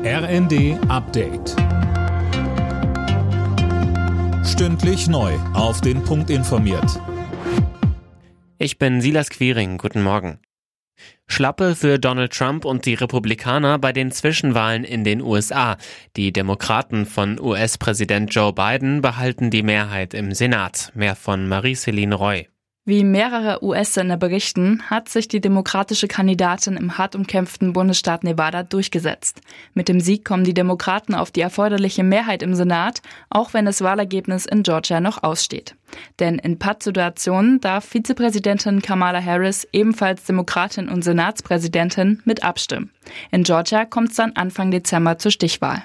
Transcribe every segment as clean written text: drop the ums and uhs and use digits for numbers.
RND Update. Stündlich neu auf den Punkt informiert. Ich bin Silas Quiring, guten Morgen. Schlappe für Donald Trump und die Republikaner bei den Zwischenwahlen in den USA. Die Demokraten von US-Präsident Joe Biden behalten die Mehrheit im Senat. Mehr von Marie-Céline Roy. Wie mehrere US-Sender berichten, hat sich die demokratische Kandidatin im hart umkämpften Bundesstaat Nevada durchgesetzt. Mit dem Sieg kommen die Demokraten auf die erforderliche Mehrheit im Senat, auch wenn das Wahlergebnis in Georgia noch aussteht. Denn in Pattsituationen darf Vizepräsidentin Kamala Harris, ebenfalls Demokratin und Senatspräsidentin, mit abstimmen. In Georgia kommt es dann Anfang Dezember zur Stichwahl.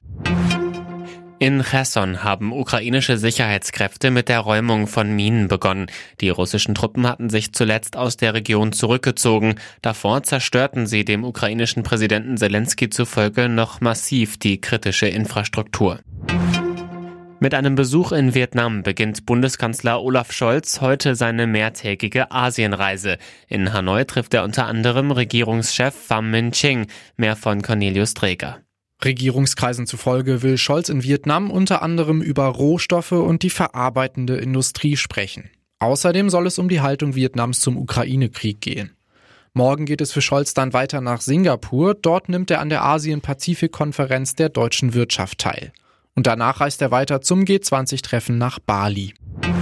In Cherson haben ukrainische Sicherheitskräfte mit der Räumung von Minen begonnen. Die russischen Truppen hatten sich zuletzt aus der Region zurückgezogen. Davor zerstörten sie dem ukrainischen Präsidenten Zelensky zufolge noch massiv die kritische Infrastruktur. Mit einem Besuch in Vietnam beginnt Bundeskanzler Olaf Scholz heute seine mehrtägige Asienreise. In Hanoi trifft er unter anderem Regierungschef Pham Minh Chinh. Mehr von Cornelius Dreger. Regierungskreisen zufolge will Scholz in Vietnam unter anderem über Rohstoffe und die verarbeitende Industrie sprechen. Außerdem soll es um die Haltung Vietnams zum Ukraine-Krieg gehen. Morgen geht es für Scholz dann weiter nach Singapur. Dort nimmt er an der Asien-Pazifik-Konferenz der deutschen Wirtschaft teil. Und danach reist er weiter zum G20-Treffen nach Bali.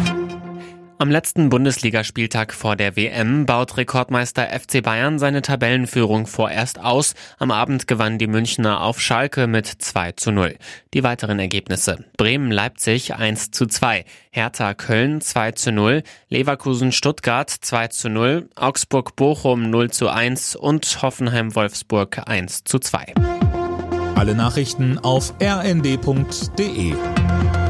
Am letzten Bundesligaspieltag vor der WM baut Rekordmeister FC Bayern seine Tabellenführung vorerst aus. Am Abend gewann die Münchner auf Schalke mit 2:0. Die weiteren Ergebnisse: Bremen-Leipzig 1:2, Hertha-Köln 2:0, Leverkusen-Stuttgart 2:0, Augsburg-Bochum 0:1 und Hoffenheim-Wolfsburg 1:2. Alle Nachrichten auf rnd.de.